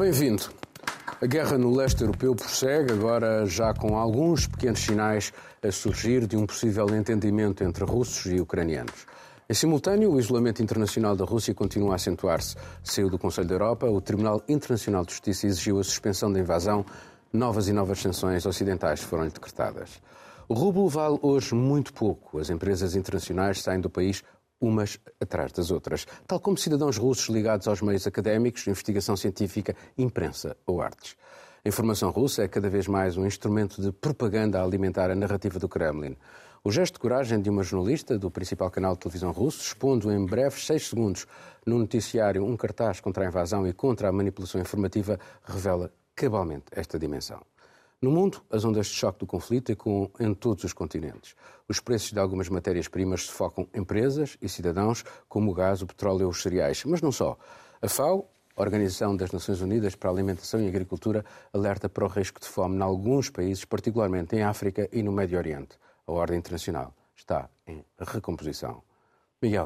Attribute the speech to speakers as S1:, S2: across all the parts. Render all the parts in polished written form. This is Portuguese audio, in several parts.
S1: Bem-vindo. A guerra no leste europeu prossegue, agora já com alguns pequenos sinais a surgir de um possível entendimento entre russos e ucranianos. Em simultâneo, o isolamento internacional da Rússia continua a acentuar-se. Saiu do Conselho da Europa, o Tribunal Internacional de Justiça exigiu a suspensão da invasão. Novas e novas sanções ocidentais foram-lhe decretadas. O rublo vale hoje muito pouco. As empresas internacionais saem do país umas atrás das outras, tal como cidadãos russos ligados aos meios académicos, investigação científica, imprensa ou artes. A informação russa é cada vez mais um instrumento de propaganda a alimentar a narrativa do Kremlin. O gesto de coragem de uma jornalista do principal canal de televisão russo, expondo em breves 6 segundos no noticiário um cartaz contra a invasão e contra a manipulação informativa, revela cabalmente esta dimensão. No mundo, as ondas de choque do conflito ecoam em todos os continentes. Os preços de algumas matérias-primas sufocam empresas e cidadãos, como o gás, o petróleo e os cereais. Mas não só. A FAO, a Organização das Nações Unidas para a Alimentação e Agricultura, alerta para o risco de fome em alguns países, particularmente em África e no Médio Oriente. A ordem internacional está em recomposição. Miguel.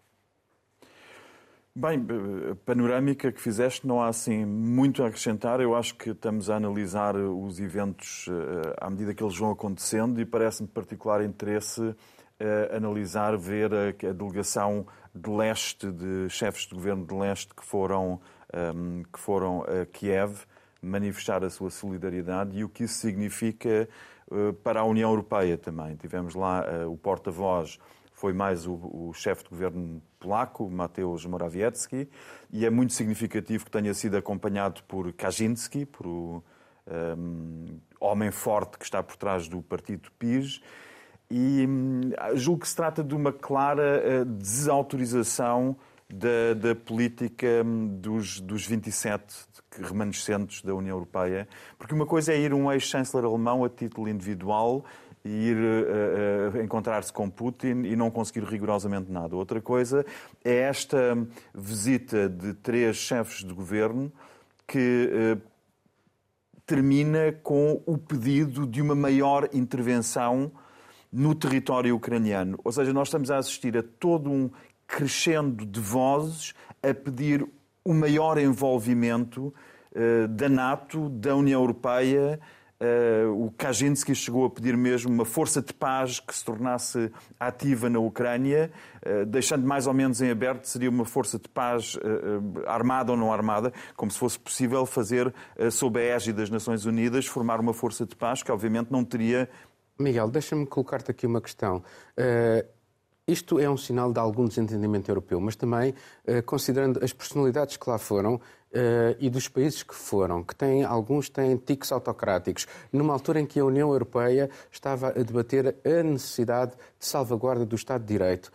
S2: Bem, a panorâmica que fizeste não há assim muito a acrescentar. Eu acho que estamos a analisar os eventos à medida que eles vão acontecendo e parece-me de particular interesse analisar, ver a delegação de leste, de chefes de governo de leste que foram a Kiev manifestar a sua solidariedade e o que isso significa para a União Europeia também. Tivemos lá o porta-voz, foi mais o chefe de governo polaco, Mateusz Morawiecki, e é muito significativo que tenha sido acompanhado por Kaczynski, por o homem forte que está por trás do partido PiS, e julgo que se trata de uma clara desautorização da política dos 27 remanescentes da União Europeia, porque uma coisa é ir um ex-chanceler alemão a título individual e ir encontrar-se com Putin e não conseguir rigorosamente nada. Outra coisa é esta visita de 3 chefes de governo que termina com o pedido de uma maior intervenção no território ucraniano. Ou seja, nós estamos a assistir a todo um crescendo de vozes a pedir o maior envolvimento da NATO, da União Europeia. O Kaczynski chegou a pedir mesmo uma força de paz que se tornasse ativa na Ucrânia, deixando mais ou menos em aberto seria uma força de paz armada ou não armada, como se fosse possível fazer, sob a égide das Nações Unidas, formar uma força de paz que obviamente não teria...
S1: Miguel, deixa-me colocar-te aqui uma questão. Isto é um sinal de algum desentendimento europeu, mas também, considerando as personalidades que lá foram e dos países que foram, que alguns têm tiques autocráticos, numa altura em que a União Europeia estava a debater a necessidade de salvaguarda do Estado de Direito.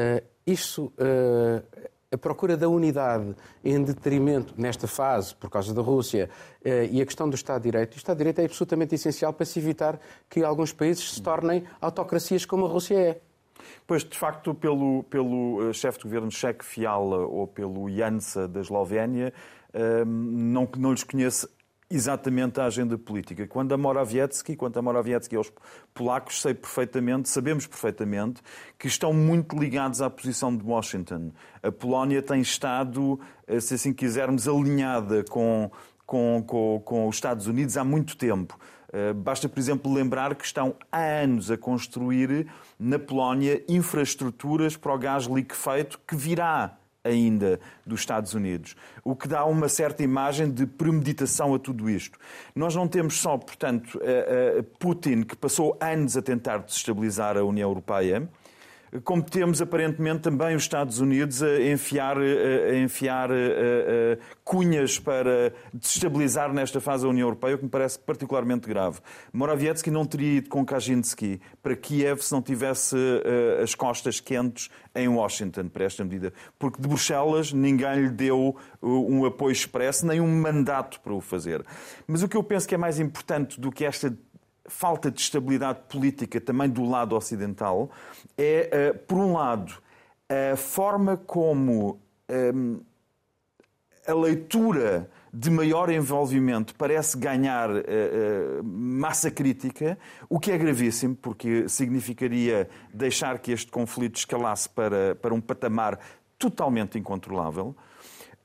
S1: A procura da unidade em detrimento, nesta fase, por causa da Rússia, e a questão do Estado de Direito. O Estado de Direito é absolutamente essencial para se evitar que alguns países se tornem autocracias como a Rússia é.
S2: Pois, de facto, pelo chefe de governo cheque Fiala ou pelo Janša da Eslovénia, não lhes conheço exatamente a agenda política. Quanto a Morawiecki e aos polacos, sabemos perfeitamente que estão muito ligados à posição de Washington. A Polónia tem estado, se assim quisermos, alinhada com os Estados Unidos há muito tempo. Basta, por exemplo, lembrar que estão há anos a construir na Polónia infraestruturas para o gás liquefeito que virá ainda dos Estados Unidos, o que dá uma certa imagem de premeditação a tudo isto. Nós não temos só, portanto, Putin, que passou anos a tentar desestabilizar a União Europeia, como temos aparentemente também os Estados Unidos a enfiar cunhas para desestabilizar nesta fase a União Europeia, o que me parece particularmente grave. Morawiecki não teria ido com Kaczynski para Kiev se não tivesse as costas quentes em Washington para esta medida, porque de Bruxelas ninguém lhe deu um apoio expresso nem um mandato para o fazer. Mas o que eu penso que é mais importante do que esta falta de estabilidade política também do lado ocidental é, por um lado, a forma como a leitura de maior envolvimento parece ganhar massa crítica, o que é gravíssimo, porque significaria deixar que este conflito escalasse para um patamar totalmente incontrolável.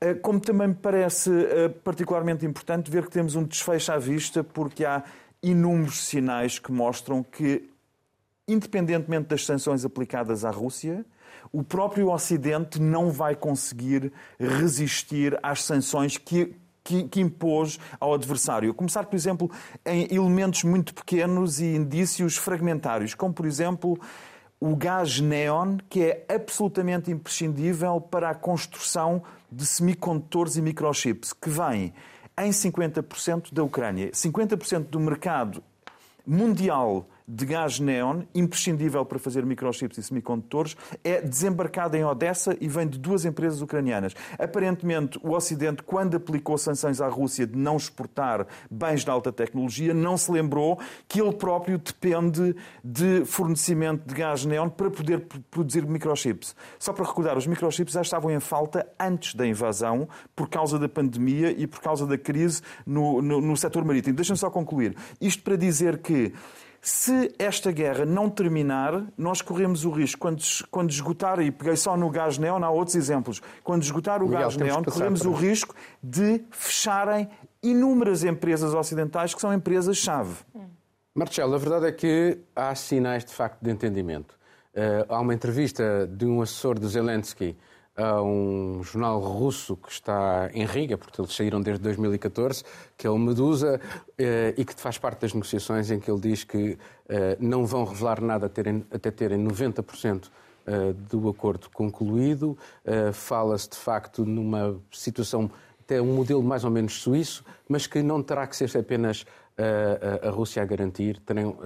S2: como também me parece particularmente importante ver que temos um desfecho à vista, porque há inúmeros sinais que mostram que, independentemente das sanções aplicadas à Rússia, o próprio Ocidente não vai conseguir resistir às sanções que impôs ao adversário. Começar, por exemplo, em elementos muito pequenos e indícios fragmentários, como, por exemplo, o gás neon, que é absolutamente imprescindível para a construção de semicondutores e microchips, que vem em 50% da Ucrânia. 50% do mercado mundial de gás neon, imprescindível para fazer microchips e semicondutores, é desembarcado em Odessa e vem de 2 empresas ucranianas. Aparentemente, o Ocidente, quando aplicou sanções à Rússia de não exportar bens de alta tecnologia, não se lembrou que ele próprio depende de fornecimento de gás neon para poder produzir microchips. Só para recordar, os microchips já estavam em falta antes da invasão, por causa da pandemia e por causa da crise no setor marítimo. Deixem-me só concluir. Isto para dizer que, se esta guerra não terminar, nós corremos o risco, quando esgotar, e peguei só no gás neon, há outros exemplos, quando esgotar o gás neon, corremos o risco de fecharem inúmeras empresas ocidentais que são empresas-chave.
S1: Marcelo, a verdade é que há sinais de facto de entendimento. Há uma entrevista de um assessor de Zelensky a um jornal russo que está em Riga, porque eles saíram desde 2014, que é o Medusa, e que faz parte das negociações, em que ele diz que não vão revelar nada até terem 90% do acordo concluído. Fala-se, de facto, numa situação, até um modelo mais ou menos suíço, mas que não terá que ser apenas a Rússia a garantir.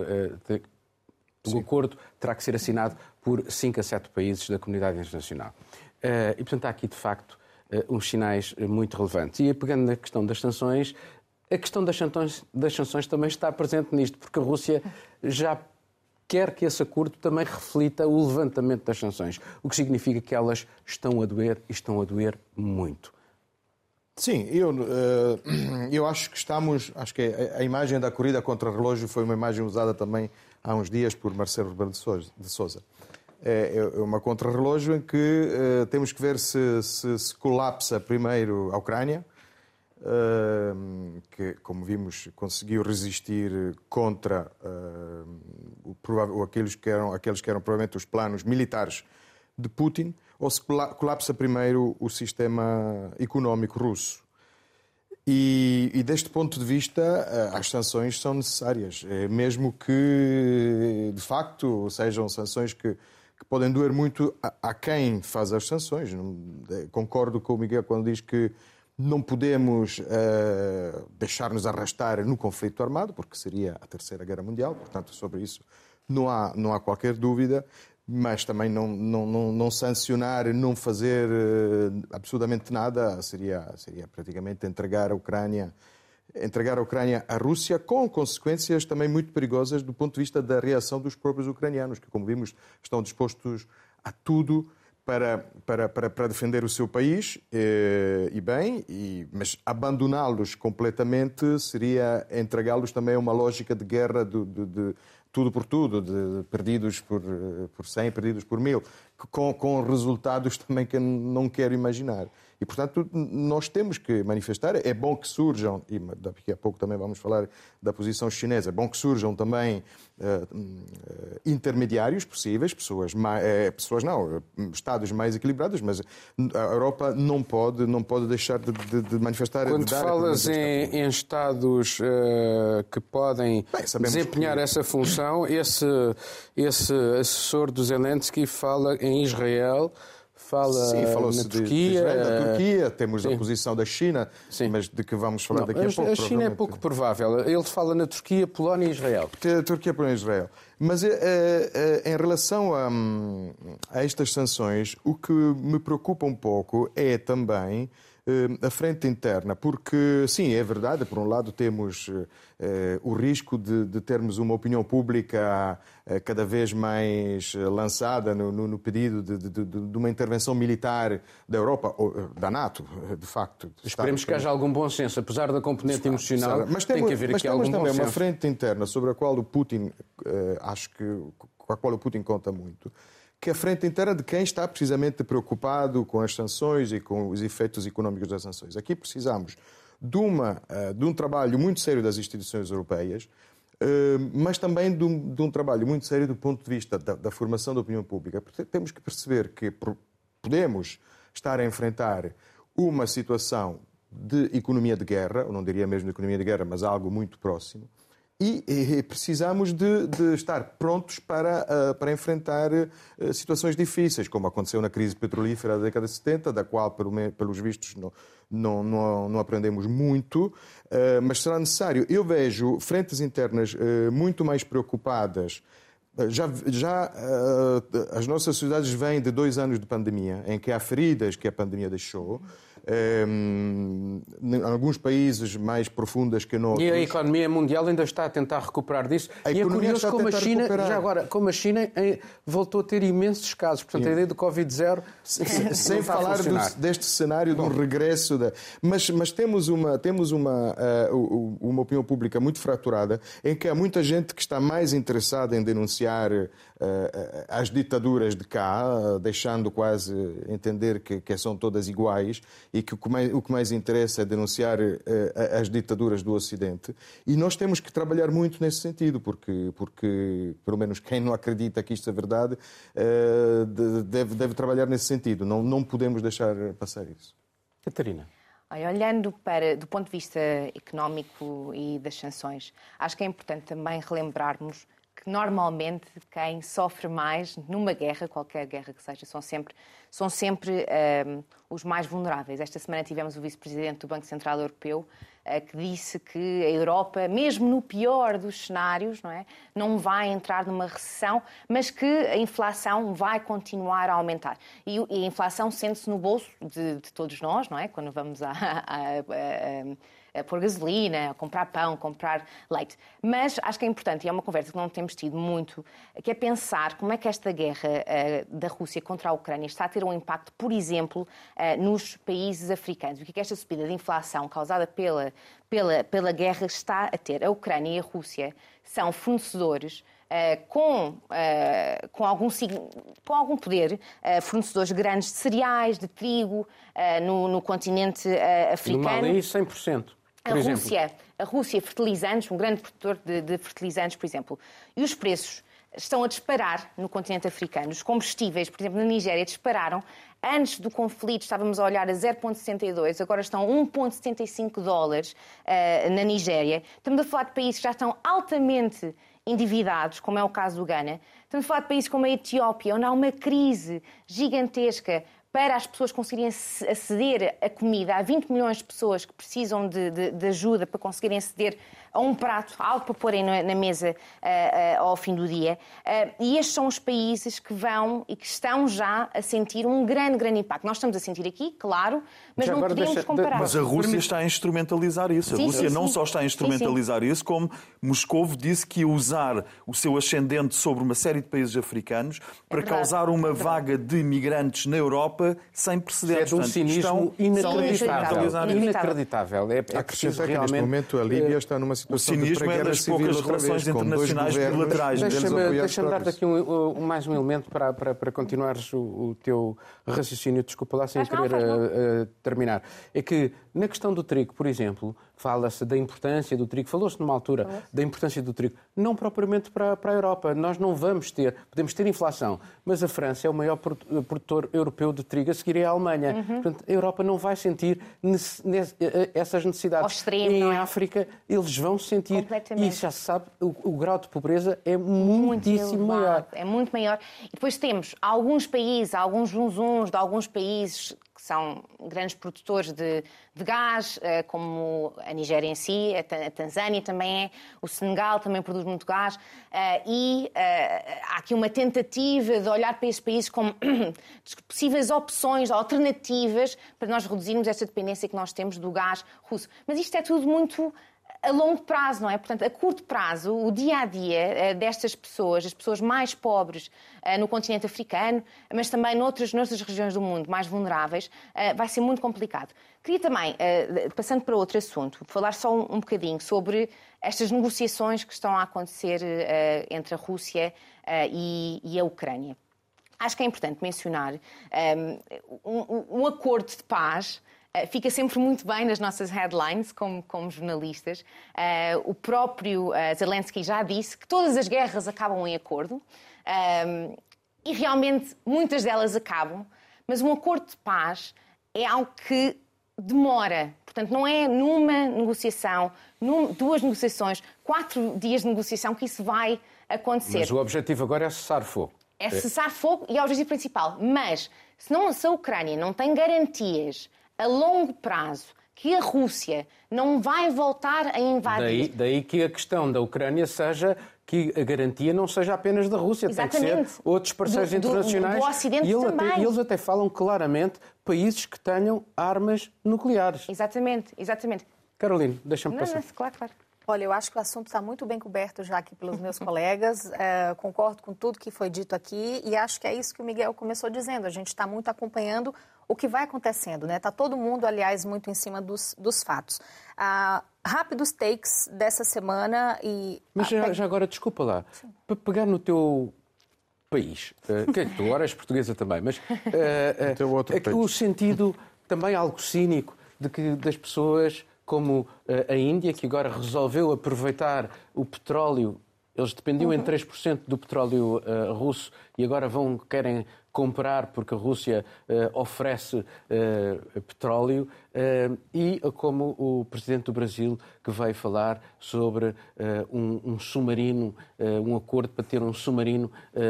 S1: O acordo terá que ser assinado por 5 a 7 países da comunidade internacional. E, portanto, há aqui, de facto, uns sinais muito relevantes. E, pegando na questão das sanções, a questão das sanções também está presente nisto, porque a Rússia já quer que esse acordo também reflita o levantamento das sanções, o que significa que elas estão a doer e estão a doer muito.
S3: Sim, eu acho que acho que a imagem da corrida contra o relógio foi uma imagem usada também há uns dias por Marcelo Rebelo de Sousa. É uma contrarrelógio em que temos que ver se colapsa primeiro a Ucrânia, que, como vimos, conseguiu resistir contra aqueles que eram provavelmente os planos militares de Putin, ou se colapsa primeiro o sistema económico russo. E deste ponto de vista, as sanções são necessárias, mesmo que, de facto, sejam sanções que podem doer muito a quem faz as sanções. Concordo com o Miguel quando diz que não podemos deixar-nos arrastar no conflito armado, porque seria a Terceira Guerra Mundial, portanto, sobre isso não há qualquer dúvida, mas também não sancionar, não fazer absolutamente nada, seria praticamente entregar a Ucrânia à Rússia, com consequências também muito perigosas do ponto de vista da reação dos próprios ucranianos, que, como vimos, estão dispostos a tudo para defender o seu país, mas abandoná-los completamente seria entregá-los também a uma lógica de guerra de tudo por tudo, de perdidos por 100, perdidos por 1000, com resultados também que eu não quero imaginar. E, portanto, nós temos que manifestar. É bom que surjam, e daqui a pouco também vamos falar da posição chinesa, é bom que surjam também intermediários possíveis, Estados mais equilibrados, mas a Europa não pode deixar de manifestar.
S1: Quando falas em Estados que podem desempenhar essa função, esse assessor do Zelensky fala em Israel.
S3: Falou-se
S1: na Turquia.
S3: Da Turquia, temos a posição da China, mas de que vamos falar daqui a pouco.
S1: A China é pouco provável. Ele fala na Turquia, Polónia e Israel.
S3: Turquia, Polónia e Israel. Mas em relação a estas sanções, o que me preocupa um pouco é também a frente interna, porque, sim, é verdade, por um lado temos o risco de termos uma opinião pública cada vez mais lançada no pedido de uma intervenção militar da Europa, ou da NATO, de facto.
S1: Esperemos que haja algum bom senso, apesar da componente emocional, mas tem que haver aqui algum bom senso.
S3: Mas temos também uma frente interna sobre a qual o Putin, com a qual o Putin conta muito, que a frente inteira de quem está precisamente preocupado com as sanções e com os efeitos económicos das sanções. Aqui precisamos de um trabalho muito sério das instituições europeias, mas também de um trabalho muito sério do ponto de vista da formação da opinião pública. Porque temos que perceber que podemos estar a enfrentar uma situação de economia de guerra, eu não diria mesmo de economia de guerra, mas algo muito próximo, e precisamos de estar prontos para enfrentar situações difíceis, como aconteceu na crise petrolífera da década de 70, da qual, pelos vistos, não aprendemos muito, mas será necessário. Eu vejo frentes internas muito mais preocupadas. As nossas sociedades vêm de 2 anos de pandemia, em que há feridas que a pandemia deixou, em alguns países mais profundas que noutros.
S1: E a economia mundial ainda está a tentar recuperar disso. E é curioso como a China, já agora, como a China voltou a ter imensos casos. Portanto, a ideia do Covid-0
S3: sem falar deste cenário de um regresso. Mas temos uma opinião pública muito fraturada, em que há muita gente que está mais interessada em denunciar as ditaduras de cá, deixando quase entender que são todas iguais, e que o que mais interessa é denunciar as ditaduras do Ocidente. E nós temos que trabalhar muito nesse sentido, porque pelo menos quem não acredita que isto é verdade, deve trabalhar nesse sentido. Não podemos deixar passar isso.
S4: Catarina. Olhando do ponto de vista económico e das sanções, acho que é importante também relembrarmos que normalmente quem sofre mais numa guerra, qualquer guerra que seja, são sempre os mais vulneráveis. Esta semana tivemos o vice-presidente do Banco Central Europeu que disse que a Europa, mesmo no pior dos cenários, não vai entrar numa recessão, mas que a inflação vai continuar a aumentar. E a inflação sente-se no bolso de todos nós, quando vamos a pôr gasolina, a comprar pão, comprar leite. Mas acho que é importante, e é uma conversa que não temos tido muito, que é pensar como é que esta guerra da Rússia contra a Ucrânia está a ter um impacto, por exemplo, nos países africanos. O que é que esta subida de inflação causada pela guerra está a ter? A Ucrânia e a Rússia são fornecedores com algum poder, fornecedores grandes de cereais, de trigo, no continente africano.
S1: No Mali, 100%.
S4: A Rússia, fertilizantes, um grande produtor de fertilizantes, por exemplo. E os preços estão a disparar no continente africano. Os combustíveis, por exemplo, na Nigéria, dispararam. Antes do conflito estávamos a olhar a 0,62, agora estão a 1,75 dólares na Nigéria. Estamos a falar de países que já estão altamente endividados, como é o caso do Ghana. Estamos a falar de países como a Etiópia, onde há uma crise gigantesca para as pessoas conseguirem aceder a comida. Há 20 milhões de pessoas que precisam de ajuda para conseguirem aceder a um prato, algo para porem na mesa ao fim do dia. E estes são os países que vão e que estão já a sentir um grande impacto. Nós estamos a sentir aqui, claro, mas não podemos comparar.
S2: Mas a Rússia está a instrumentalizar isso. A Rússia não só está a instrumentalizar isso, como Moscovo disse que ia usar o seu ascendente sobre uma série de países africanos para causar uma vaga de imigrantes na Europa sem precedentes.
S1: É de um cinismo inacreditável. É preciso realmente...
S3: Neste momento a Líbia está numa situação
S2: o cinismo é das poucas relações internacionais bilaterais.
S1: Deixa-me dar-te aqui mais um elemento para continuares o teu raciocínio. Desculpa lá, sem querer terminar. É que, na questão do trigo, por exemplo, fala-se da importância do trigo. Falou-se numa altura da importância do trigo. Não propriamente para a Europa. Nós não vamos ter... Podemos ter inflação, mas a França é o maior produtor europeu de trigo. A seguir é a Alemanha. Portanto, a Europa não vai sentir essas necessidades. Em África, eles vão sentir. E já se sabe, o grau de pobreza é muitíssimo maior.
S4: É muito maior. E depois temos alguns países, alguns zunzuns de alguns países que são grandes produtores de gás, como a Nigéria em si, a Tanzânia também é, o Senegal também produz muito gás, e há aqui uma tentativa de olhar para esses países como possíveis opções, alternativas, para nós reduzirmos essa dependência que nós temos do gás russo. Mas isto é tudo muito a longo prazo, não é? Portanto, a curto prazo, o dia-a-dia destas pessoas, as pessoas mais pobres no continente africano, mas também noutras regiões do mundo mais vulneráveis, vai ser muito complicado. Queria também, passando para outro assunto, falar só um bocadinho sobre estas negociações que estão a acontecer entre a Rússia e a Ucrânia. acho que é importante mencionar um acordo de paz. Fica sempre muito bem nas nossas headlines, como jornalistas. O próprio Zelensky já disse que todas as guerras acabam em acordo. E realmente muitas delas acabam. Mas um acordo de paz é algo que demora. Portanto, não é numa negociação, 2 negociações, 4 dias de negociação que isso vai acontecer.
S1: Mas o objetivo agora é cessar fogo.
S4: É cessar fogo e é o objetivo principal. Mas se a Ucrânia não tem garantias a longo prazo que a Rússia não vai voltar a invadir...
S1: Daí que a questão da Ucrânia seja que a garantia não seja apenas da Rússia,
S4: Exatamente.
S1: Tem que ser outros parceiros internacionais.
S4: Do Ocidente também.
S1: E eles até falam claramente países que tenham armas nucleares.
S4: Exatamente.
S1: Carolina, deixa-me passar.
S4: Claro.
S5: Olha, eu acho que o assunto está muito bem coberto já aqui pelos meus colegas. Concordo com tudo que foi dito aqui e acho que é isso que o Miguel começou dizendo. A gente está muito acompanhando o que vai acontecendo, né? Está todo mundo, aliás, muito em cima dos fatos. Rápidos takes dessa semana e...
S1: Mas já agora, desculpa lá, para pegar no teu país, que tu agora és portuguesa também, mas o sentido também algo cínico das pessoas como a Índia, que agora resolveu aproveitar o petróleo. Eles dependiam em 3% do petróleo russo e agora querem comprar porque a Rússia oferece petróleo. E como o presidente do Brasil, que veio falar sobre um submarino, um acordo para ter um submarino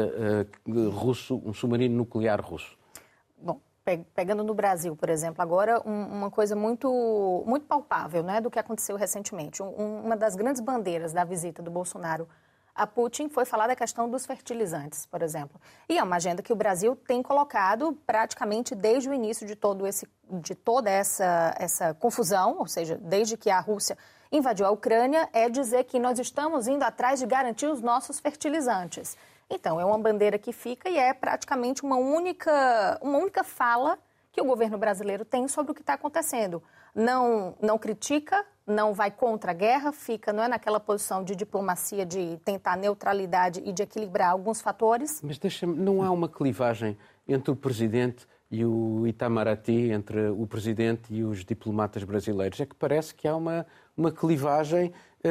S1: russo, um submarino nuclear russo.
S5: Bom, pegando no Brasil, por exemplo, agora uma coisa muito, muito palpável, né, do que aconteceu recentemente. Uma das grandes bandeiras da visita do Bolsonaro a Putin foi falar da questão dos fertilizantes, por exemplo. E é uma agenda que o Brasil tem colocado praticamente desde o início de toda essa confusão, ou seja, desde que a Rússia invadiu a Ucrânia, é dizer que nós estamos indo atrás de garantir os nossos fertilizantes. Então, é uma bandeira que fica e é praticamente uma única fala que o governo brasileiro tem sobre o que está acontecendo. Não critica, não vai contra a guerra, não é naquela posição de diplomacia, de tentar neutralidade e de equilibrar alguns fatores.
S1: Mas não há uma clivagem entre o Presidente e o Itamaraty, entre o Presidente e os diplomatas brasileiros? É que parece que há uma clivagem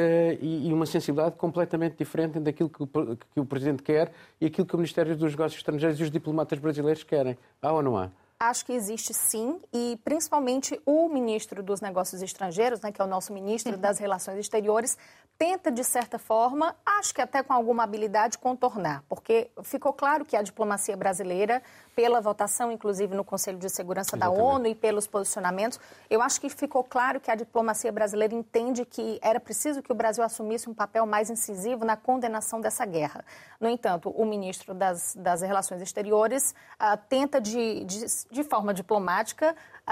S1: e uma sensibilidade completamente diferente daquilo que o Presidente quer e aquilo que o Ministério dos Negócios Estrangeiros e os diplomatas brasileiros querem. Há ou não há?
S5: Acho que existe sim, e principalmente o ministro dos Negócios Estrangeiros, né, que é o nosso ministro das Relações Exteriores, tenta, de certa forma, acho que até com alguma habilidade, contornar, porque ficou claro que a diplomacia brasileira, pela votação, inclusive no Conselho de Segurança da ONU e pelos posicionamentos, eu acho que ficou claro que a diplomacia brasileira entende que era preciso que o Brasil assumisse um papel mais incisivo na condenação dessa guerra. No entanto, o ministro das Relações Exteriores tenta, de forma diplomática,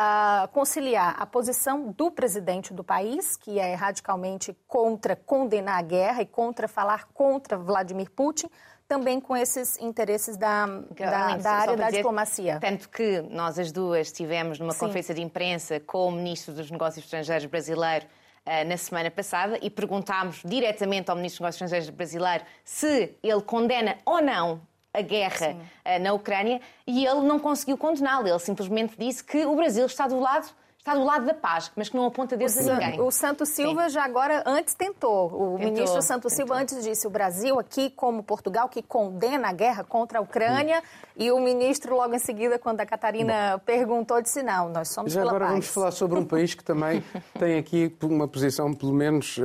S5: conciliar a posição do presidente do país, que é radicalmente contra condenar a guerra e contra falar contra Vladimir Putin, também com esses interesses da área da diplomacia.
S4: Tanto que nós as duas estivemos numa conferência de imprensa com o Ministro dos Negócios Estrangeiros brasileiro na semana passada e perguntámos diretamente ao Ministro dos Negócios Estrangeiros brasileiro se ele condena ou não a guerra na Ucrânia e ele não conseguiu condená-la. Ele simplesmente disse que o Brasil está do lado da paz, mas que não aponta dedos a ninguém.
S5: O Santos Silva já agora antes tentou. O ministro Santos Silva antes disse o Brasil aqui, como Portugal, que condena a guerra contra a Ucrânia, e o ministro logo em seguida, quando a Catarina perguntou, disse não, nós somos pela paz.
S1: Já agora vamos falar sobre um país que também tem aqui uma posição pelo menos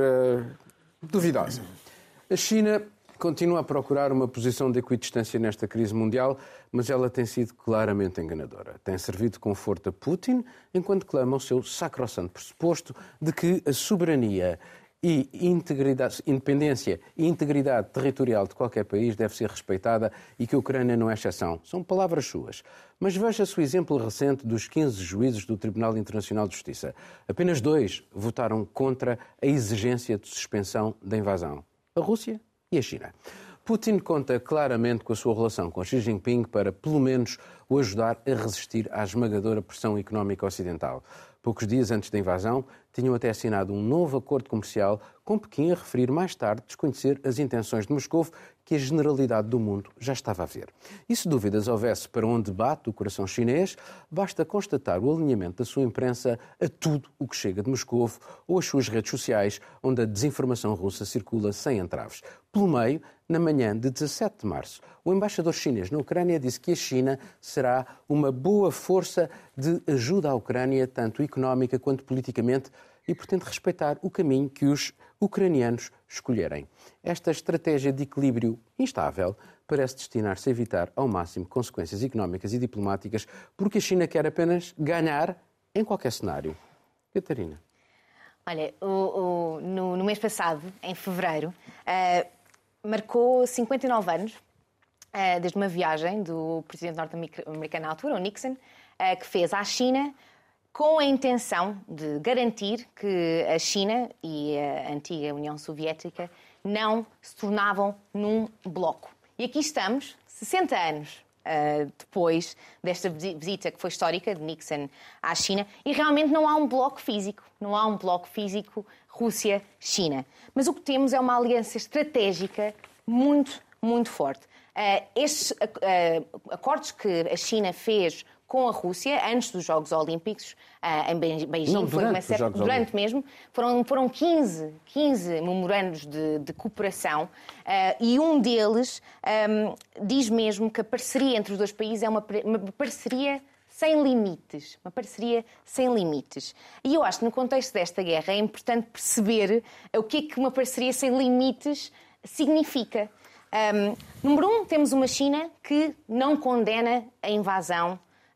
S1: duvidosa. A China continua a procurar uma posição de equidistância nesta crise mundial, mas ela tem sido claramente enganadora. Tem servido de conforto a Putin, enquanto clama o seu sacrossanto pressuposto de que a soberania e independência e integridade territorial de qualquer país deve ser respeitada e que a Ucrânia não é exceção. São palavras suas. Mas veja-se o exemplo recente dos 15 juízes do Tribunal Internacional de Justiça. Apenas 2 votaram contra a exigência de suspensão da invasão. A Rússia e a China. Putin conta claramente com a sua relação com Xi Jinping para, pelo menos, o ajudar a resistir à esmagadora pressão económica ocidental. Poucos dias antes da invasão, tinham até assinado um novo acordo comercial com Pequim a referir mais tarde desconhecer as intenções de Moscovo, que a generalidade do mundo já estava a ver. E se dúvidas houvesse para onde bate o coração chinês, basta constatar o alinhamento da sua imprensa a tudo o que chega de Moscovo ou as suas redes sociais, onde a desinformação russa circula sem entraves. Pelo meio, na manhã de 17 de março, o embaixador chinês na Ucrânia disse que a China será uma boa força de ajuda à Ucrânia, tanto económica quanto politicamente, e pretende respeitar o caminho que os ucranianos escolherem. Esta estratégia de equilíbrio instável parece destinar-se a evitar ao máximo consequências económicas e diplomáticas, porque a China quer apenas ganhar em qualquer cenário. Catarina.
S4: Olha, no mês passado, em fevereiro, marcou 59 anos desde uma viagem do presidente norte-americano na altura, o Nixon, que fez à China com a intenção de garantir que a China e a antiga União Soviética não se tornavam num bloco. E aqui estamos, 60 anos depois desta visita que foi histórica de Nixon à China, e realmente não há um bloco físico. Não há um bloco físico Rússia-China. Mas o que temos é uma aliança estratégica muito, muito forte. Estes acordos que a China fez com a Rússia, antes dos Jogos Olímpicos, em Beijing,
S1: não,
S4: durante mesmo, foram 15 memorandos de cooperação, e um deles diz mesmo que a parceria entre os dois países é uma parceria sem limites. Uma parceria sem limites. E eu acho que no contexto desta guerra é importante perceber o que é que uma parceria sem limites significa. Número 1, temos uma China que não condena a invasão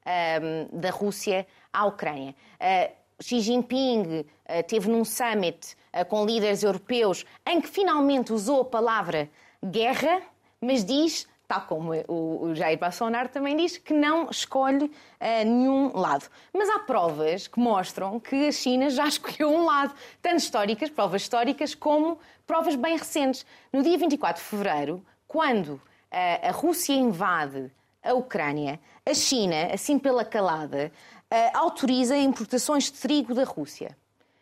S4: da Rússia à Ucrânia. Xi Jinping esteve num summit com líderes europeus em que finalmente usou a palavra guerra, mas diz, tal como o Jair Bolsonaro também diz, que não escolhe nenhum lado. Mas há provas que mostram que a China já escolheu um lado, tanto históricas, provas históricas, como provas bem recentes. No dia 24 de fevereiro, quando a Rússia invade a Ucrânia, a China, assim pela calada, autoriza importações de trigo da Rússia.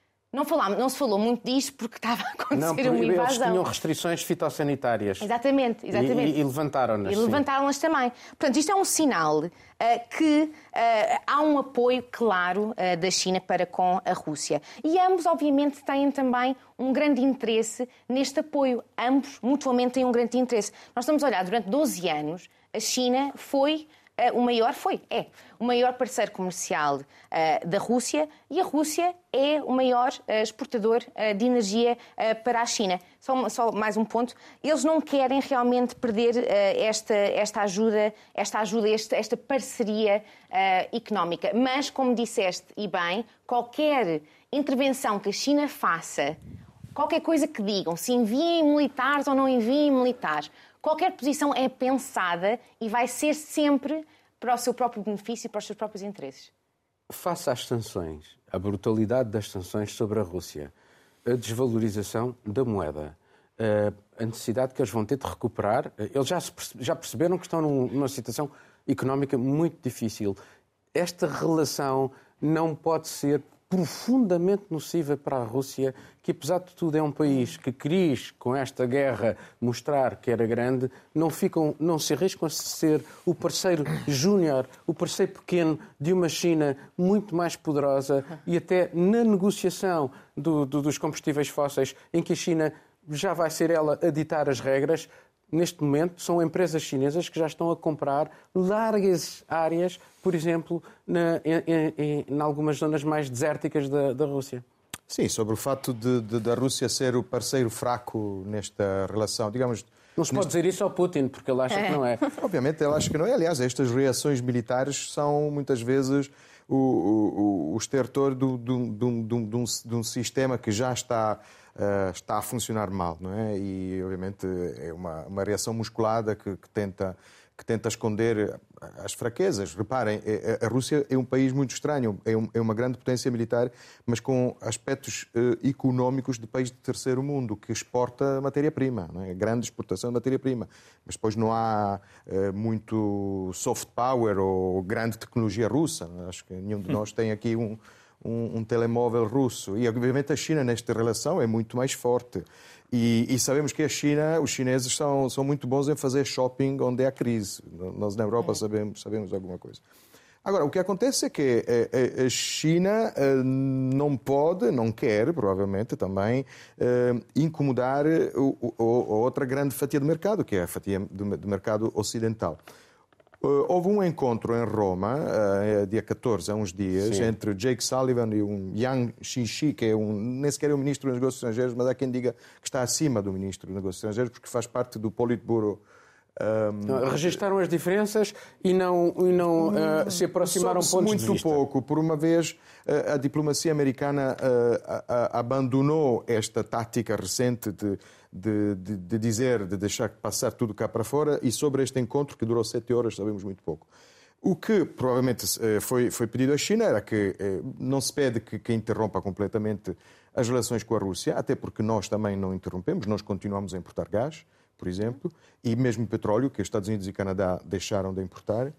S4: Não se falou muito disto porque estava a acontecer uma invasão.
S1: Eles tinham restrições fitossanitárias.
S4: Exatamente.
S1: E levantaram-nas.
S4: E levantaram-nas também. Portanto, isto é um sinal que há um apoio claro da China para com a Rússia. E ambos, obviamente, têm também um grande interesse neste apoio. Ambos, mutuamente, têm um grande interesse. Nós estamos a olhar, durante 12 anos, a China é o maior parceiro comercial da Rússia, e a Rússia é o maior exportador de energia para a China. Só mais um ponto. Eles não querem realmente perder esta ajuda, esta parceria económica. Mas, como disseste e bem, qualquer intervenção que a China faça, qualquer coisa que digam, se enviem militares ou não enviem militares, qualquer posição é pensada e vai ser sempre para o seu próprio benefício e para os seus próprios interesses.
S1: Face às sanções, a brutalidade das sanções sobre a Rússia, a desvalorização da moeda, a necessidade que eles vão ter de recuperar, eles já perceberam que estão numa situação económica muito difícil. Esta relação não pode ser profundamente nociva para a Rússia, que apesar de tudo é um país que quis, com esta guerra, mostrar que era grande, não se arriscam a ser o parceiro júnior, o parceiro pequeno de uma China muito mais poderosa, e até na negociação dos combustíveis fósseis, em que a China já vai ser ela a ditar as regras. Neste momento, são empresas chinesas que já estão a comprar largas áreas, por exemplo, em algumas zonas mais desérticas da Rússia.
S3: Sim, sobre o facto da Rússia ser o parceiro fraco nesta relação, digamos...
S1: Não se pode dizer isso ao Putin, porque ele acha que não é.
S3: Obviamente, ele acha que não é. Aliás, estas reações militares são, muitas vezes, o estertor de um sistema que já está a funcionar mal, não é? E, obviamente, é uma reação musculada que tenta esconder as fraquezas. Reparem, a Rússia é um país muito estranho, é uma grande potência militar, mas com aspectos económicos de país de terceiro mundo, que exporta matéria-prima, não é? Grande exportação de matéria-prima. Mas depois não há muito soft power ou grande tecnologia russa. Acho que nenhum de nós tem aqui um telemóvel russo. E, obviamente, a China, nesta relação, é muito mais forte. E sabemos que os chineses são muito bons em fazer shopping onde há crise. Nós na Europa sabemos alguma coisa. Agora, o que acontece é que a China não pode, não quer, provavelmente, também incomodar a outra grande fatia do mercado, que é a fatia do mercado ocidental. Houve um encontro em Roma, dia 14, há uns dias, Sim. entre Jake Sullivan e um Yang Xinxi, que nem sequer é o ministro dos Negócios Estrangeiros, mas há quem diga que está acima do ministro dos Negócios Estrangeiros, porque faz parte do Politburo.
S1: Registaram as diferenças e não se aproximaram pontos
S3: muito
S1: de vista.
S3: pouco. Por uma vez, a diplomacia americana abandonou esta tática recente de deixar passar tudo cá para fora, e sobre este encontro, que durou 7 horas, sabemos muito pouco. O que provavelmente foi pedido à China era que não se pede que interrompa completamente as relações com a Rússia, até porque nós também não interrompemos, nós continuamos a importar gás, por exemplo, e mesmo petróleo, que os Estados Unidos e Canadá deixaram de importar.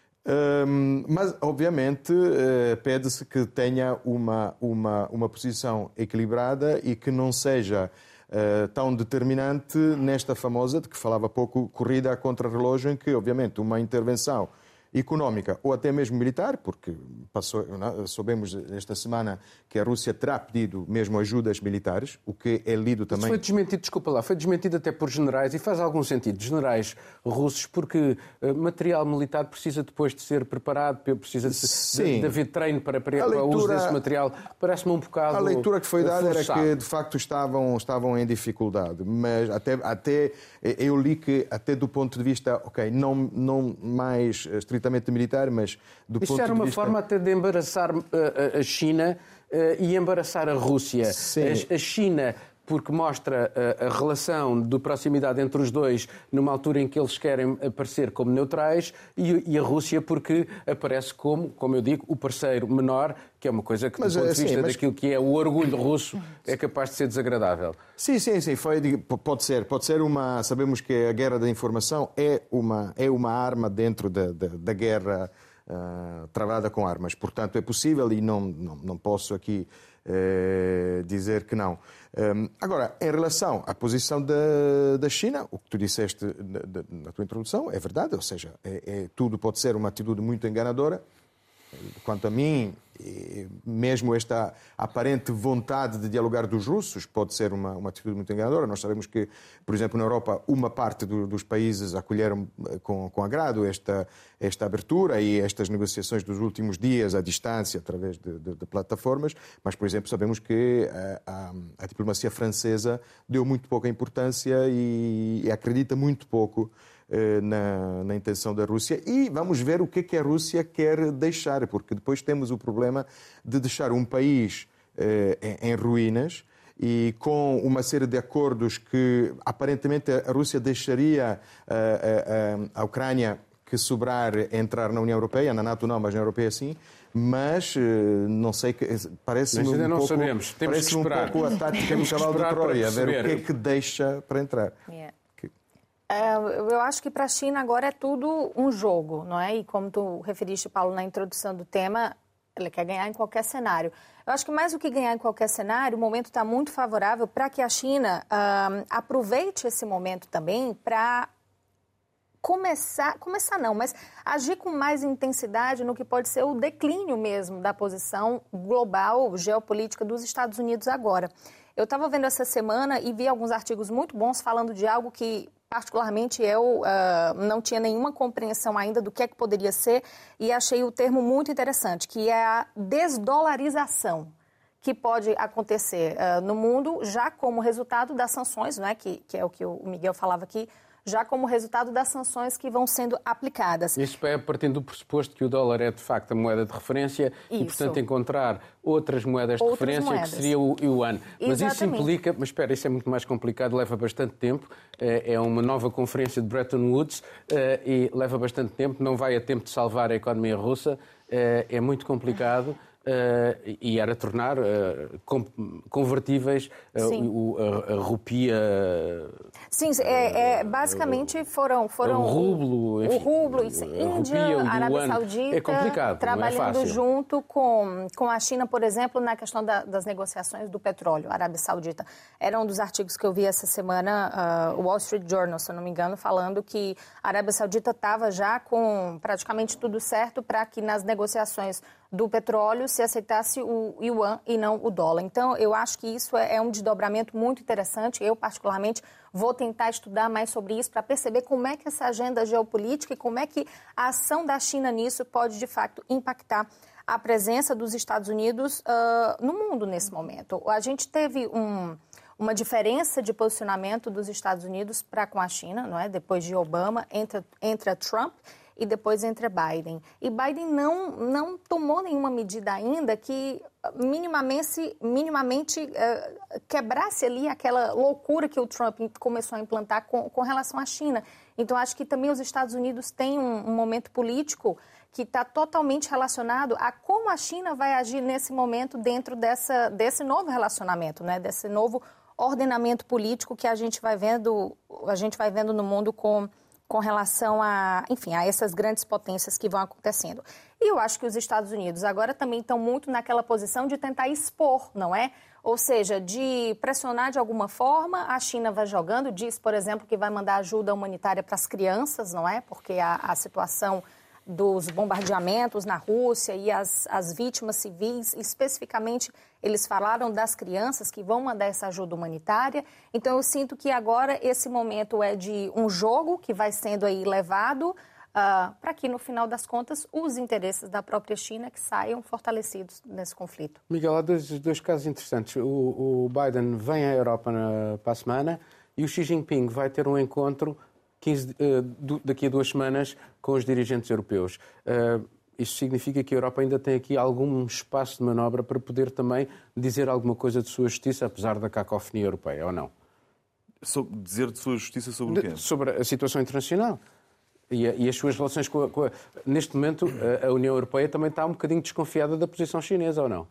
S3: Mas, obviamente, pede-se que tenha uma posição equilibrada e que não seja tão determinante nesta famosa, de que falava há pouco, corrida a contrarrelógio, em que, obviamente, uma intervenção económica ou até mesmo militar, porque soubemos esta semana que a Rússia terá pedido mesmo ajudas militares, o que é lido também...
S1: Isso foi desmentido, desculpa lá, foi desmentido até por generais, e faz algum sentido, generais russos, porque material militar precisa depois de ser preparado, precisa de haver treino para o uso desse material. Parece-me um bocado...
S3: A leitura que foi dada era que, de facto, estavam em dificuldade, mas até eu li que, até do ponto de vista, não mais estritamente militar, mas do ponto de vista...
S1: Isso era uma forma até de embaraçar a China e embaraçar a Rússia. A China, porque mostra a relação de proximidade entre os dois numa altura em que eles querem aparecer como neutrais, e a Rússia porque aparece como eu digo, o parceiro menor, que é uma coisa que, do ponto de vista daquilo que é o orgulho russo, é capaz de ser desagradável.
S3: Sim, pode ser uma... Sabemos que a guerra da informação é uma arma dentro da guerra travada com armas. Portanto, é possível e não posso aqui dizer que não. Agora, em relação à posição da China, o que tu disseste na tua introdução é verdade, ou seja, tudo pode ser uma atitude muito enganadora. Quanto a mim, mesmo esta aparente vontade de dialogar dos russos pode ser uma atitude muito enganadora. Nós sabemos que, por exemplo, na Europa, uma parte dos países acolheram com agrado esta abertura e estas negociações dos últimos dias à distância, através de plataformas, mas, por exemplo, sabemos que a diplomacia francesa deu muito pouca importância e acredita muito pouco na intenção da Rússia, e vamos ver o que a Rússia quer deixar, porque depois temos o problema de deixar um país em ruínas e com uma série de acordos que aparentemente a Rússia deixaria a Ucrânia que sobrar entrar na União Europeia, na NATO não, mas na Europeia sim, mas não sei, parece-me
S1: ainda não
S3: pouco,
S1: sabemos. Temos que esperar.
S3: Um pouco a tática do cavalo de Troia, a ver o que é que deixa para entrar.
S5: Yeah. Eu acho que para a China agora é tudo um jogo, não é? E como tu referiste, Paulo, na introdução do tema, ela quer ganhar em qualquer cenário. Eu acho que mais do que ganhar em qualquer cenário, o momento está muito favorável para que a China aproveite esse momento também para começar não, mas agir com mais intensidade no que pode ser o declínio mesmo da posição global, geopolítica dos Estados Unidos agora. Eu estava vendo essa semana e vi alguns artigos muito bons falando de algo que, particularmente, eu não tinha nenhuma compreensão ainda do que é que poderia ser, e achei o termo muito interessante, que é a desdolarização que pode acontecer no mundo, já como resultado das sanções, né, que é o que o Miguel falava aqui, já como resultado das sanções que vão sendo aplicadas.
S1: Isso é partindo do pressuposto que o dólar é, de facto, a moeda de referência e, portanto, encontrar outras moedas de referência, que seria o yuan. Mas
S5: Exatamente.
S1: Isso implica... Mas espera, isso é muito mais complicado, leva bastante tempo. É uma nova conferência de Bretton Woods e leva bastante tempo. Não vai a tempo de salvar a economia russa. É muito complicado. e era tornar convertíveis a rupia.
S5: Sim, basicamente foram
S1: o rublo, enfim,
S5: o rublo, Índia, Arábia Saudita,
S1: é complicado,
S5: trabalhando junto com a China, por exemplo, na questão das negociações do petróleo. A Arábia Saudita era um dos artigos que eu vi essa semana, o Wall Street Journal, se eu não me engano, falando que a Arábia Saudita estava já com praticamente tudo certo para que nas negociações do petróleo se aceitasse o yuan e não o dólar. Então, eu acho que isso é um desdobramento muito interessante. Eu, particularmente, vou tentar estudar mais sobre isso para perceber como é que essa agenda geopolítica e como é que a ação da China nisso pode, de fato, impactar a presença dos Estados Unidos no mundo nesse momento. A gente teve uma diferença de posicionamento dos Estados Unidos para com a China, não é? Depois de Obama, entre Trump e depois entre Biden. E Biden não tomou nenhuma medida ainda que minimamente quebrasse ali aquela loucura que o Trump começou a implantar com relação à China. Então, acho que também os Estados Unidos têm um momento político que está totalmente relacionado a como a China vai agir nesse momento dentro desse novo relacionamento, né? Desse novo ordenamento político que a gente vai vendo no mundo com relação a essas grandes potências que vão acontecendo. E eu acho que os Estados Unidos agora também estão muito naquela posição de tentar expor, não é? Ou seja, de pressionar de alguma forma. A China vai jogando, diz, por exemplo, que vai mandar ajuda humanitária para as crianças, não é? Porque a situação dos bombardeamentos na Rússia e as vítimas civis, especificamente, eles falaram das crianças que vão mandar essa ajuda humanitária. Então, eu sinto que agora esse momento é de um jogo que vai sendo aí levado para que, no final das contas, os interesses da própria China que saiam fortalecidos nesse conflito.
S1: Miguel, há dois casos interessantes. O Biden vem à Europa para a semana e o Xi Jinping vai ter um encontro daqui a 2 semanas com os dirigentes europeus. Isto significa que a Europa ainda tem aqui algum espaço de manobra para poder também dizer alguma coisa de sua justiça, apesar da cacofonia europeia, ou não?
S2: Dizer de sua justiça sobre o quê?
S1: Sobre a situação internacional. E as suas relações com a... Neste momento, a União Europeia também está um bocadinho desconfiada da posição chinesa, ou não?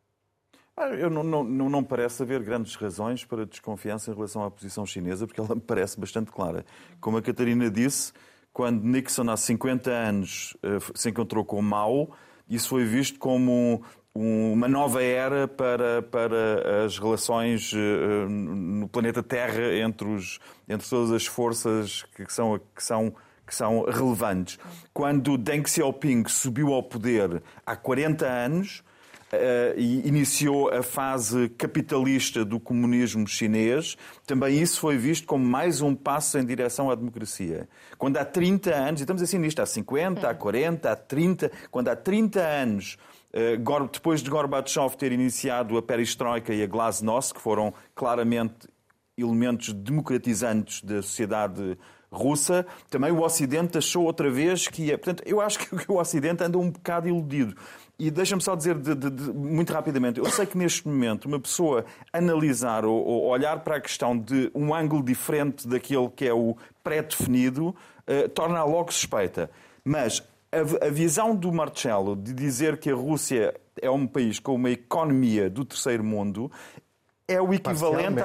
S2: Não parece haver grandes razões para desconfiança em relação à posição chinesa, porque ela me parece bastante clara. Como a Catarina disse, quando Nixon há 50 anos se encontrou com Mao, isso foi visto como uma nova era para as relações no planeta Terra entre todas as forças que são relevantes. Quando Deng Xiaoping subiu ao poder há 40 anos e iniciou a fase capitalista do comunismo chinês, também isso foi visto como mais um passo em direção à democracia. Quando há 30 anos, e estamos assim nisto, há 50, há 40, há 30, quando há 30 anos, depois de Gorbachev ter iniciado a perestroika e a glasnost, que foram claramente elementos democratizantes da sociedade russa, também o Ocidente achou outra vez que ia... Portanto, eu acho que o Ocidente anda um bocado iludido. E deixa-me só dizer muito rapidamente, eu sei que neste momento uma pessoa analisar ou olhar para a questão de um ângulo diferente daquele que é o pré-definido, torna-a logo suspeita. Mas a visão do Marcelo de dizer que a Rússia é um país com uma economia do terceiro mundo é o equivalente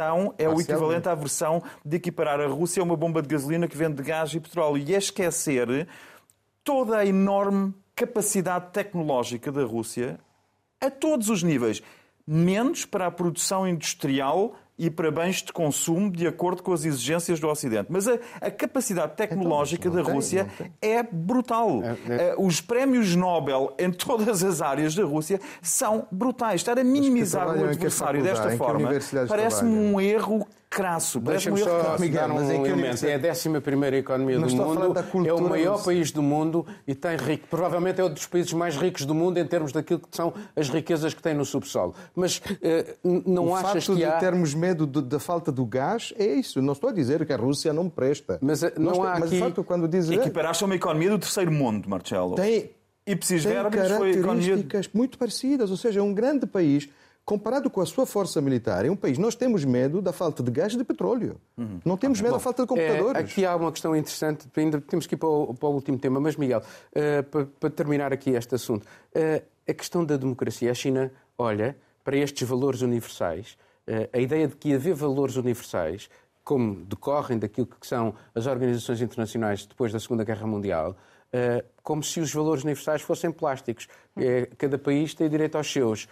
S2: à versão de equiparar a Rússia a uma bomba de gasolina que vende gás e petróleo. E é esquecer toda a enorme capacidade tecnológica da Rússia a todos os níveis, menos para a produção industrial e para bens de consumo de acordo com as exigências do Ocidente. Mas a capacidade tecnológica da Rússia é brutal. Os prémios Nobel em todas as áreas da Rússia são brutais. Estar a minimizar o adversário desta forma parece-me um erro crasso.
S1: Deixa-me só dar um elemento. É a 11ª economia do mundo, é o maior país do mundo e tem rico. Provavelmente é um dos países mais ricos do mundo em termos daquilo que são as riquezas que tem no subsolo. Mas não achas que há...
S3: O facto de termos medo da falta do gás é isso. Não estou a dizer que a Rússia não presta.
S1: Mas não há aqui...
S3: Facto, quando diz...
S2: Equiparaste a uma economia do terceiro mundo, Marcelo.
S3: Tem características muito parecidas. Ou seja, é um grande país... Comparado com a sua força militar, é um país. Nós temos medo da falta de gás e de petróleo. Não temos medo da falta de computadores.
S1: Aqui há uma questão interessante, ainda temos que ir para o último tema, mas Miguel, para terminar aqui este assunto, a questão da democracia. A China olha para estes valores universais, a ideia de que haver valores universais, como decorrem daquilo que são as organizações internacionais depois da Segunda Guerra Mundial, como se os valores universais fossem plásticos. Cada país tem direito aos seus.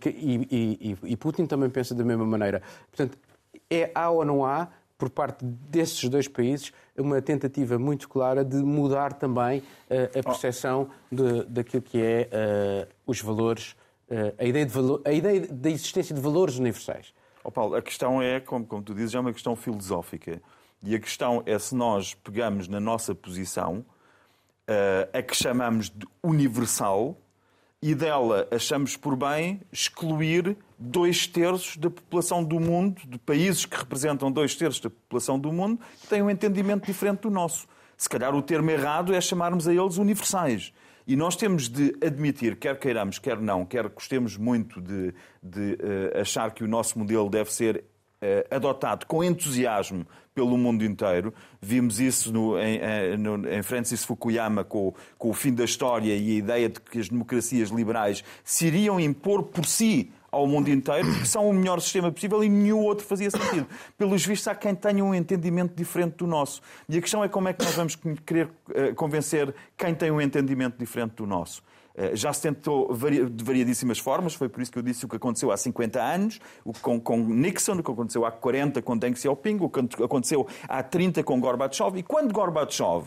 S1: E Putin também pensa da mesma maneira. Portanto, há ou não há, por parte desses dois países, uma tentativa muito clara de mudar também a percepção daquilo que é os valores, a ideia da existência de valores universais.
S2: Paulo, a questão é, como tu dizes, é uma questão filosófica. E a questão é se nós pegamos na nossa posição a que chamamos de universal e dela achamos por bem excluir 2/3 da população do mundo, de países que representam 2/3 da população do mundo, que têm um entendimento diferente do nosso. Se calhar o termo errado é chamarmos a eles universais. E nós temos de admitir, quer queiramos, quer não, quer gostemos muito de achar que o nosso modelo deve ser adotado com entusiasmo pelo mundo inteiro. Vimos isso em Francis Fukuyama com o fim da história e a ideia de que as democracias liberais se iriam impor por si ao mundo inteiro, que são o melhor sistema possível e nenhum outro fazia sentido. Pelos vistos, há quem tenha um entendimento diferente do nosso. E a questão é como é que nós vamos querer convencer quem tem um entendimento diferente do nosso. Já se tentou de variadíssimas formas, foi por isso que eu disse o que aconteceu há 50 anos, com Nixon, o que aconteceu há 40 com Deng Xiaoping, o que aconteceu há 30 com Gorbachev. E quando Gorbachev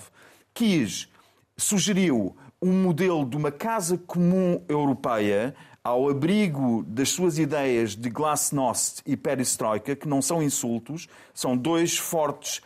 S2: sugeriu um modelo de uma casa comum europeia, ao abrigo das suas ideias de glasnost e perestroika, que não são insultos, são dois fortes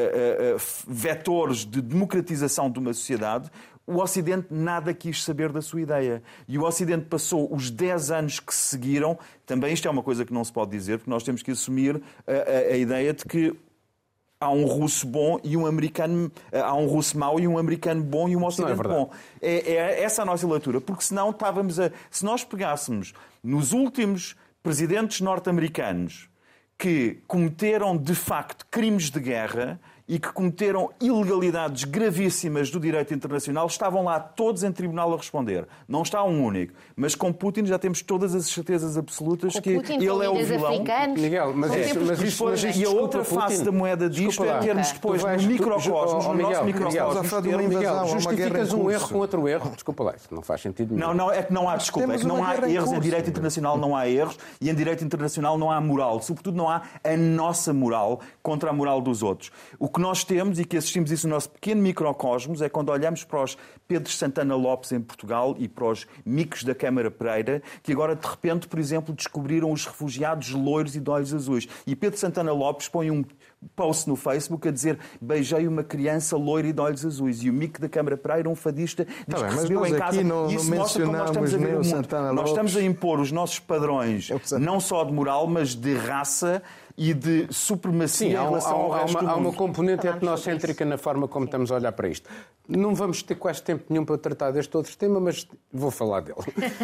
S2: vetores de democratização de uma sociedade, o Ocidente nada quis saber da sua ideia. E o Ocidente passou os 10 anos que se seguiram, também isto é uma coisa que não se pode dizer, porque nós temos que assumir a ideia de que há um russo bom e um americano... Há um russo mau e um americano bom e um ocidente bom. É essa a nossa leitura. Porque senão se nós pegássemos nos últimos presidentes norte-americanos que cometeram, de facto, crimes de guerra e que cometeram ilegalidades gravíssimas do direito internacional, estavam lá todos em tribunal a responder. Não está um único. Mas com Putin já temos todas as certezas absolutas com que
S4: Putin,
S2: ele é o vilão.
S4: Africanos.
S1: Miguel,
S2: E a outra face da moeda disto é termos depois no microcosmos, no nosso microcosmos...
S1: Miguel, justificas um erro com outro erro. Desculpa lá, isso não faz sentido nenhum.
S2: Não, é que não há desculpa. É que não há erros em direito internacional, não há erros. E em direito internacional não há moral. Sobretudo não há a nossa moral contra a moral dos outros. O que nós temos, e que assistimos isso no nosso pequeno microcosmos, é quando olhamos para os Pedro Santana Lopes em Portugal e para os micos da Câmara Pereira, que agora, de repente, por exemplo, descobriram os refugiados loiros e de olhos azuis. E Pedro Santana Lopes põe um post no Facebook a dizer: beijei uma criança loira e de olhos azuis. E o mico da Câmara Pereira, um fadista, diz que recebeu em casa. E isso mostra como nós estamos a ver o mundo. Nós estamos a impor os nossos padrões, não só de moral, mas de raça e de supremacia.
S1: Sim,
S2: em relação ao resto do mundo.
S1: há uma componente etnocêntrica na forma como estamos a olhar para isto. Não vamos ter quase tempo nenhum para tratar deste outro tema, mas vou falar dele.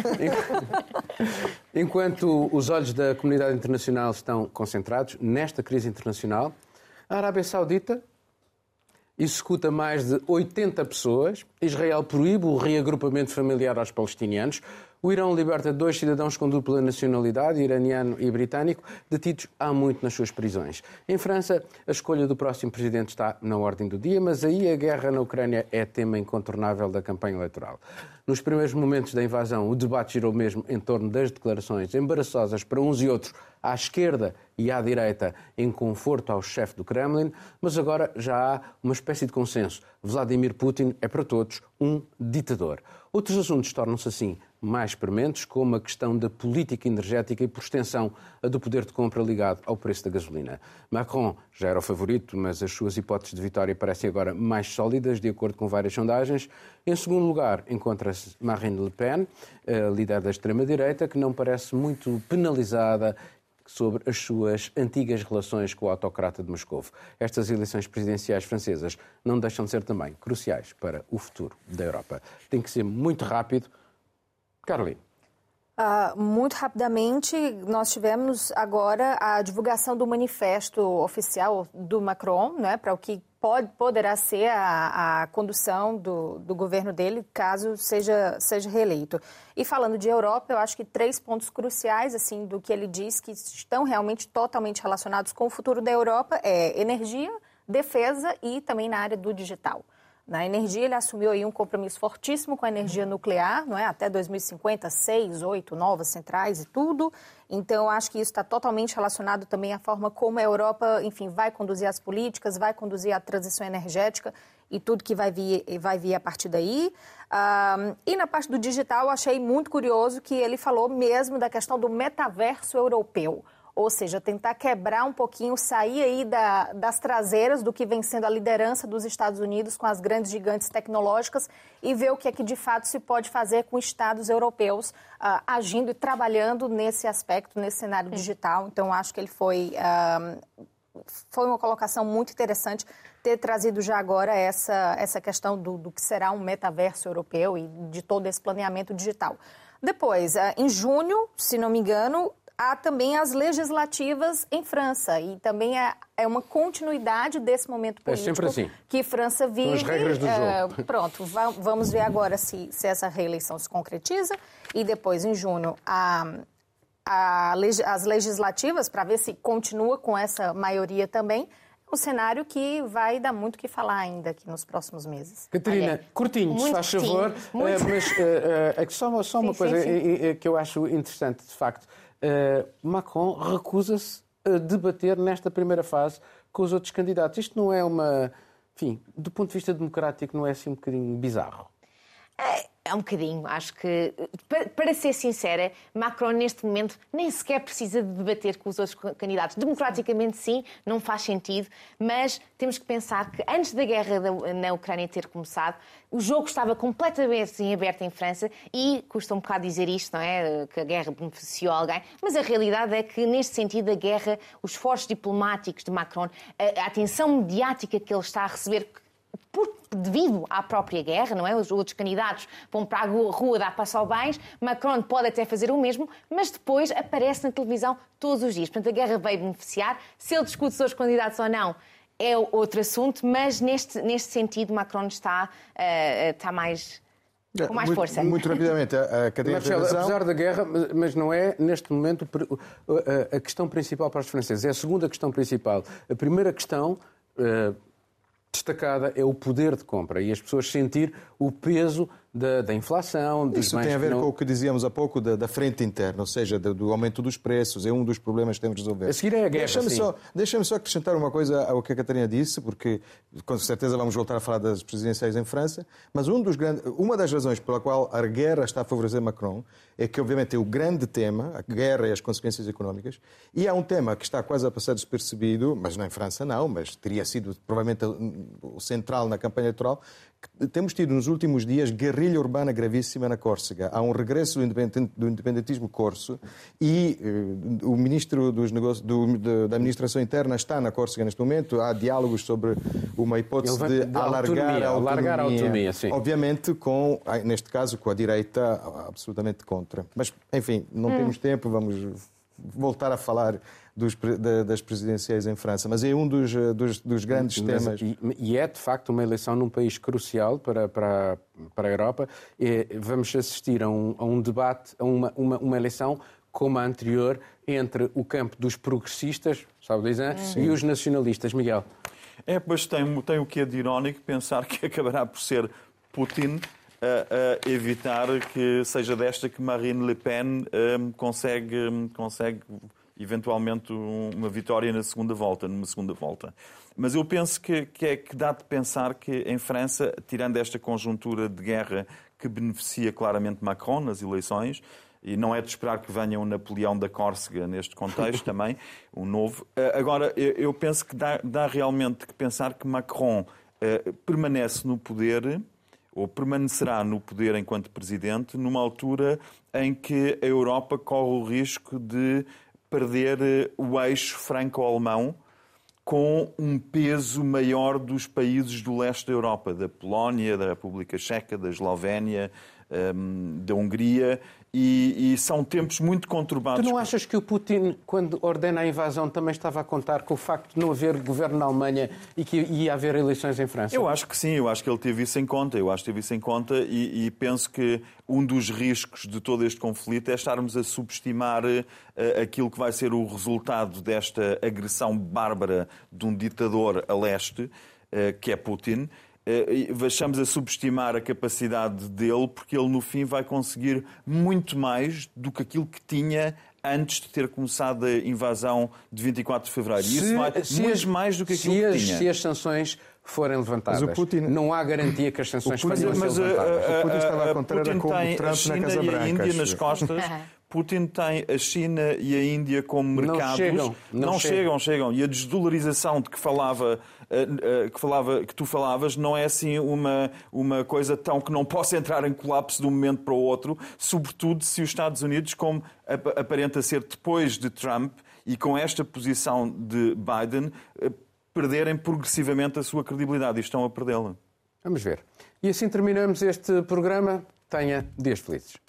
S1: Enquanto os olhos da comunidade internacional estão concentrados nesta crise internacional, a Arábia Saudita executa mais de 80 pessoas, Israel proíbe o reagrupamento familiar aos palestinianos, o Irão liberta 2 cidadãos com dupla nacionalidade, iraniano e britânico, detidos há muito nas suas prisões. Em França, a escolha do próximo presidente está na ordem do dia, mas aí a guerra na Ucrânia é tema incontornável da campanha eleitoral. Nos primeiros momentos da invasão, o debate girou mesmo em torno das declarações embaraçosas para uns e outros, à esquerda e à direita, em conforto ao chefe do Kremlin, mas agora já há uma espécie de consenso. Vladimir Putin é para todos um ditador. Outros assuntos tornam-se assim mais prementes, como a questão da política energética e, por extensão, a do poder de compra ligado ao preço da gasolina. Macron já era o favorito, mas as suas hipóteses de vitória parecem agora mais sólidas, de acordo com várias sondagens. Em segundo lugar, encontra-se Marine Le Pen, líder da extrema-direita, que não parece muito penalizada sobre as suas antigas relações com o autocrata de Moscovo. Estas eleições presidenciais francesas não deixam de ser também cruciais para o futuro da Europa. Tem que ser muito rápido. Carolina.
S5: Muito rapidamente, nós tivemos agora a divulgação do manifesto oficial do Macron, né, para o que poderá ser a condução do governo dele, caso seja reeleito. E falando de Europa, eu acho que 3 pontos cruciais assim, do que ele diz que estão realmente totalmente relacionados com o futuro da Europa é energia, defesa e também na área do digital. Na energia, ele assumiu aí um compromisso fortíssimo com a energia nuclear, não é? Até 2050, 6, 8 novas centrais e tudo. Então, acho que isso está totalmente relacionado também à forma como a Europa, enfim, vai conduzir as políticas, vai conduzir a transição energética e tudo que vai vir a partir daí. E na parte do digital, eu achei muito curioso que ele falou mesmo da questão do metaverso europeu. Ou seja, tentar quebrar um pouquinho, sair aí das traseiras do que vem sendo a liderança dos Estados Unidos com as grandes gigantes tecnológicas e ver o que é que de fato se pode fazer com estados europeus agindo e trabalhando nesse aspecto, nesse cenário digital. Então, acho que ele foi uma colocação muito interessante ter trazido já agora essa questão do que será um metaverso europeu e de todo esse planeamento digital. Depois, em junho, se não me engano, há também as legislativas em França e também é uma continuidade desse momento político
S1: sempre assim.
S5: Que França vive.
S1: São as regras do jogo.
S5: Pronto, vamos ver agora se essa reeleição se concretiza e depois, em junho, as legislativas para ver se continua com essa maioria também. Um cenário que vai dar muito o que falar ainda aqui nos próximos meses.
S1: Catarina, curtinho, se faz favor, mas só uma coisa que eu acho interessante, de facto. Macron recusa-se a debater nesta primeira fase com os outros candidatos. Isto não é enfim, do ponto de vista democrático, não é assim um bocadinho bizarro?
S4: É um bocadinho. Acho que, para ser sincera, Macron, neste momento, nem sequer precisa de debater com os outros candidatos. Democraticamente, sim, não faz sentido, mas temos que pensar que, antes da guerra na Ucrânia ter começado, o jogo estava completamente em aberto em França e, custa um bocado dizer isto, não é? Que a guerra beneficiou alguém, mas a realidade é que, neste sentido, a guerra, os esforços diplomáticos de Macron, a atenção mediática que ele está a receber devido à própria guerra, não é? Os outros candidatos vão para a rua dar passo ao bens, Macron pode até fazer o mesmo, mas depois aparece na televisão todos os dias. Portanto, a guerra veio beneficiar. Se ele discute os outros candidatos ou não, é outro assunto, mas neste sentido Macron está mais... com mais força.
S3: Muito rapidamente, a cadeia de razão...
S1: Apesar da guerra, mas não é, neste momento, a questão principal para os franceses. É a segunda questão principal. A primeira questão... destacada é o poder de compra e as pessoas sentir o peso da inflação.
S3: Isso tem a ver com o que dizíamos há pouco da frente interna, ou seja, do aumento dos preços. É um dos problemas que temos de resolver.
S1: A seguir é a guerra,
S3: Deixa-me só acrescentar uma coisa ao que a Catarina disse, porque com certeza vamos voltar a falar das presidenciais em França, mas uma das razões pela qual a guerra está a favorecer Macron é que, obviamente, é o grande tema, a guerra e as consequências económicas, e há um tema que está quase a passar despercebido, mas não em França não, mas teria sido provavelmente o central na campanha eleitoral. Temos tido nos últimos dias guerrilha urbana gravíssima na Córsega. Há um regresso do independentismo corso e o ministro dos negócios, da Administração Interna está na Córsega neste momento. Há diálogos sobre uma hipótese de alargar a autonomia. Sim. Obviamente, neste caso, com a direita absolutamente contra. Mas, enfim, não temos tempo, vamos voltar a falar das presidenciais em França, mas é um dos grandes temas.
S1: E é, de facto, uma eleição num país crucial para a Europa. Vamos assistir a um debate, a uma eleição como a anterior, entre o campo dos progressistas, sabe, e os nacionalistas. Miguel.
S2: Pois tem o que é de irónico pensar que acabará por ser Putin a evitar que seja desta que Marine Le Pen consegue eventualmente uma vitória numa segunda volta. Mas eu penso que dá de pensar que em França, tirando esta conjuntura de guerra que beneficia claramente Macron nas eleições, e não é de esperar que venha um Napoleão da Córsega neste contexto também, um novo. Agora, eu penso que dá realmente que pensar que Macron permanece no poder, ou permanecerá no poder enquanto presidente, numa altura em que a Europa corre o risco de perder o eixo franco-alemão com um peso maior dos países do leste da Europa, da Polónia, da República Checa, da Eslovénia, da Hungria, e são tempos muito conturbados.
S1: Tu não achas que o Putin, quando ordena a invasão, também estava a contar com o facto de não haver governo na Alemanha e que ia haver eleições em França?
S2: Eu acho que sim, eu acho que ele teve isso em conta. E penso que um dos riscos de todo este conflito é estarmos a subestimar aquilo que vai ser o resultado desta agressão bárbara de um ditador a leste, que é Putin. Estamos a subestimar a capacidade dele, porque ele no fim vai conseguir muito mais do que aquilo que tinha antes de ter começado a invasão de 24 de fevereiro. Isso vai muito mais do que aquilo que tinha.
S1: Se as sanções forem levantadas, não há garantia que as sanções venham a ser levantadas.
S3: O Putin estava a contar
S2: Putin
S3: com o
S2: tem
S3: Trump
S2: a China
S3: na Casa
S2: e
S3: Branca,
S2: a Índia nas costas. Putin tem a China e a Índia como mercados.
S1: Não
S2: chegam. E a desdolarização de que tu falavas não é assim uma coisa tão que não possa entrar em colapso de um momento para o outro, sobretudo se os Estados Unidos, como aparenta ser depois de Trump e com esta posição de Biden, perderem progressivamente a sua credibilidade e estão a perdê-la.
S1: Vamos ver. E assim terminamos este programa. Tenha dias felizes.